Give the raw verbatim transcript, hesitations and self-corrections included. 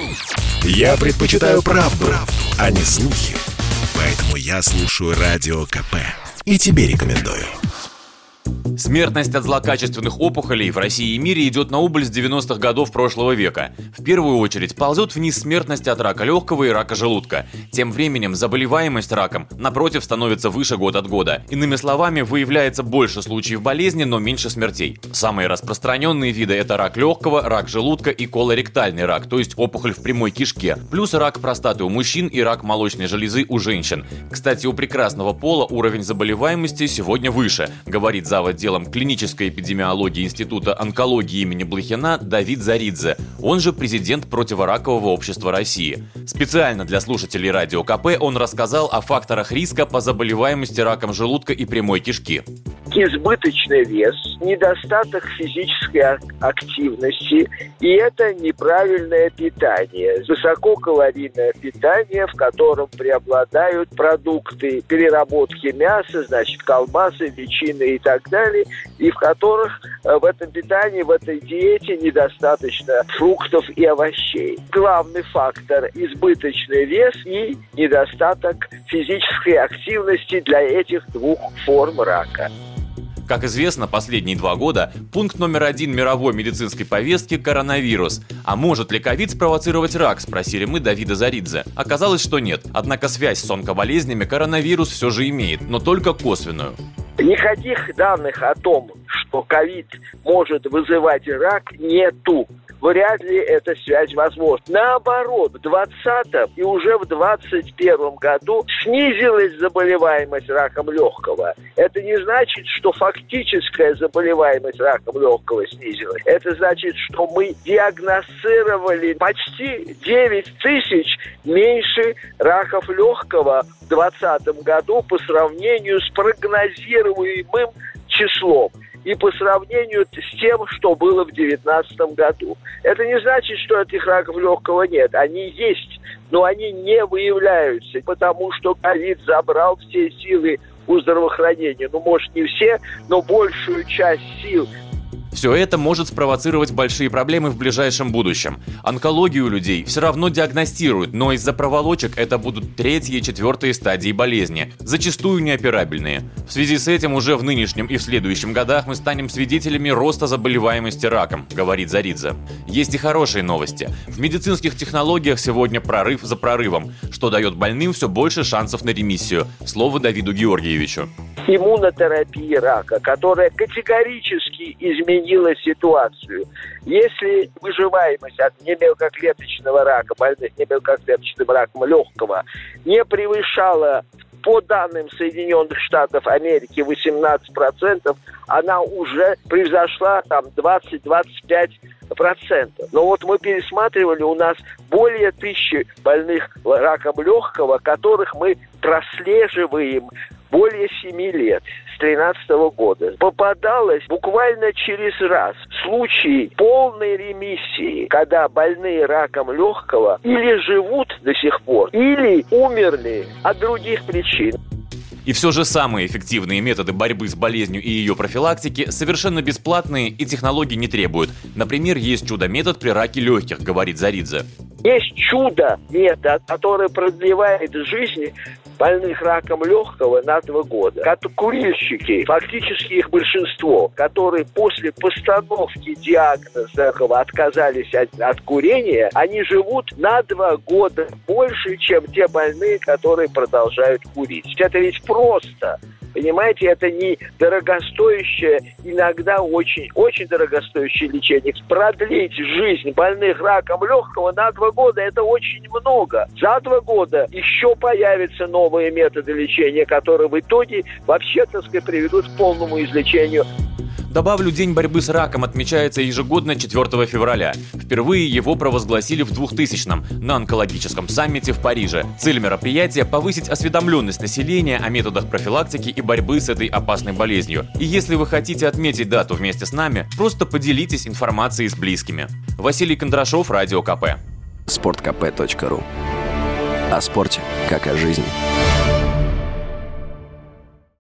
Я предпочитаю правду, правду, а не слухи. Поэтому я слушаю Радио КП. И тебе рекомендую. Смертность от злокачественных опухолей в России и мире идет на убыль с девяностых годов прошлого века. В первую очередь ползет вниз смертность от рака легкого и рака желудка. Тем временем заболеваемость раком, напротив, становится выше год от года. Иными словами, выявляется больше случаев болезни, но меньше смертей. Самые распространенные виды – это рак легкого, рак желудка и колоректальный рак, то есть опухоль в прямой кишке, плюс рак простаты у мужчин и рак молочной железы у женщин. Кстати, у прекрасного пола уровень заболеваемости сегодня выше, говорит зав. Отделом клинической эпидемиологии Института онкологии имени Блохина Давид Заридзе, он же президент Противоракового общества России. Специально для слушателей Радио КП он рассказал о факторах риска по заболеваемости раком желудка и прямой кишки. Избыточный вес, недостаток физической активности и это неправильное питание. Высококалорийное питание, в котором преобладают продукты переработки мяса, значит, колбасы, ветчины и так далее, и в которых в этом питании, в этой диете недостаточно фруктов и овощей. Главный фактор – избыточный вес и недостаток физической активности для этих двух форм рака. Как известно, последние два года пункт номер один мировой медицинской повестки – коронавирус. А может ли ковид спровоцировать рак, спросили мы Давида Заридзе. Оказалось, что нет. Однако связь с онкоболезнями коронавирус все же имеет, но только косвенную. Никаких данных о том, что ковид может вызывать рак, нету. Вряд ли эта связь возможна. Наоборот, в двадцатом и уже в двадцать первом году снизилась заболеваемость раком легкого. Это не значит, что фактическая заболеваемость раком легкого снизилась. Это значит, что мы диагностировали почти девять тысяч меньше раков легкого в двадцатом году по сравнению с прогнозируемым числом. И по сравнению с тем, что было в девятнадцатом году. Это не значит, что этих раков легкого нет. Они есть, но они не выявляются, потому что ковид забрал все силы у здравоохранения. Ну, может, не все, но большую часть сил. Все это может спровоцировать большие проблемы в ближайшем будущем. Онкологию у людей все равно диагностируют, но из-за проволочек это будут третьи и четвертые стадии болезни, зачастую неоперабельные. В связи с этим уже в нынешнем и в следующем годах мы станем свидетелями роста заболеваемости раком, говорит Заридзе. Есть и хорошие новости. В медицинских технологиях сегодня прорыв за прорывом, что дает больным все больше шансов на ремиссию. Слово Давиду Георгиевичу. Иммунотерапия рака, которая категорически изменила ситуацию. Если выживаемость от немелкоклеточного рака, больных немелкоклеточным раком легкого, не превышала, по данным Соединенных Штатов Америки, восемнадцать процентов, она уже превзошла там двадцать-двадцать пять процентов. Но вот мы пересматривали, у нас более тысячи больных раком легкого, которых мы прослеживаем более семи лет, с тринадцатого года. Попадалось буквально через раз случаи полной ремиссии, когда больные раком легкого или живут до сих пор, или умерли от других причин. И все же самые эффективные методы борьбы с болезнью и ее профилактики совершенно бесплатные и технологий не требуют. Например, есть чудо-метод при раке легких, говорит Заридзе. Есть чудо-метод, который продлевает жизнь больных раком легкого на два года. Курильщики, фактически их большинство, которые после постановки диагноза отказались от, от курения, они живут на два года больше, чем те больные, которые продолжают курить. Это ведь просто. Понимаете, это не дорогостоящее, иногда очень, очень дорогостоящее лечение. Продлить жизнь больных раком легкого на два года – это очень много. За два года еще появятся новые методы лечения, которые в итоге вообще, так сказать, приведут к полному излечению. Добавлю, День борьбы с раком отмечается ежегодно четвёртого февраля. Впервые его провозгласили в двухтысячном на онкологическом саммите в Париже. Цель мероприятия – повысить осведомленность населения о методах профилактики и борьбы с этой опасной болезнью. И если вы хотите отметить дату вместе с нами, просто поделитесь информацией с близкими. Василий Кондрашов, Радио КП. спорт кэ пэ точка ру. О спорте, как о жизни.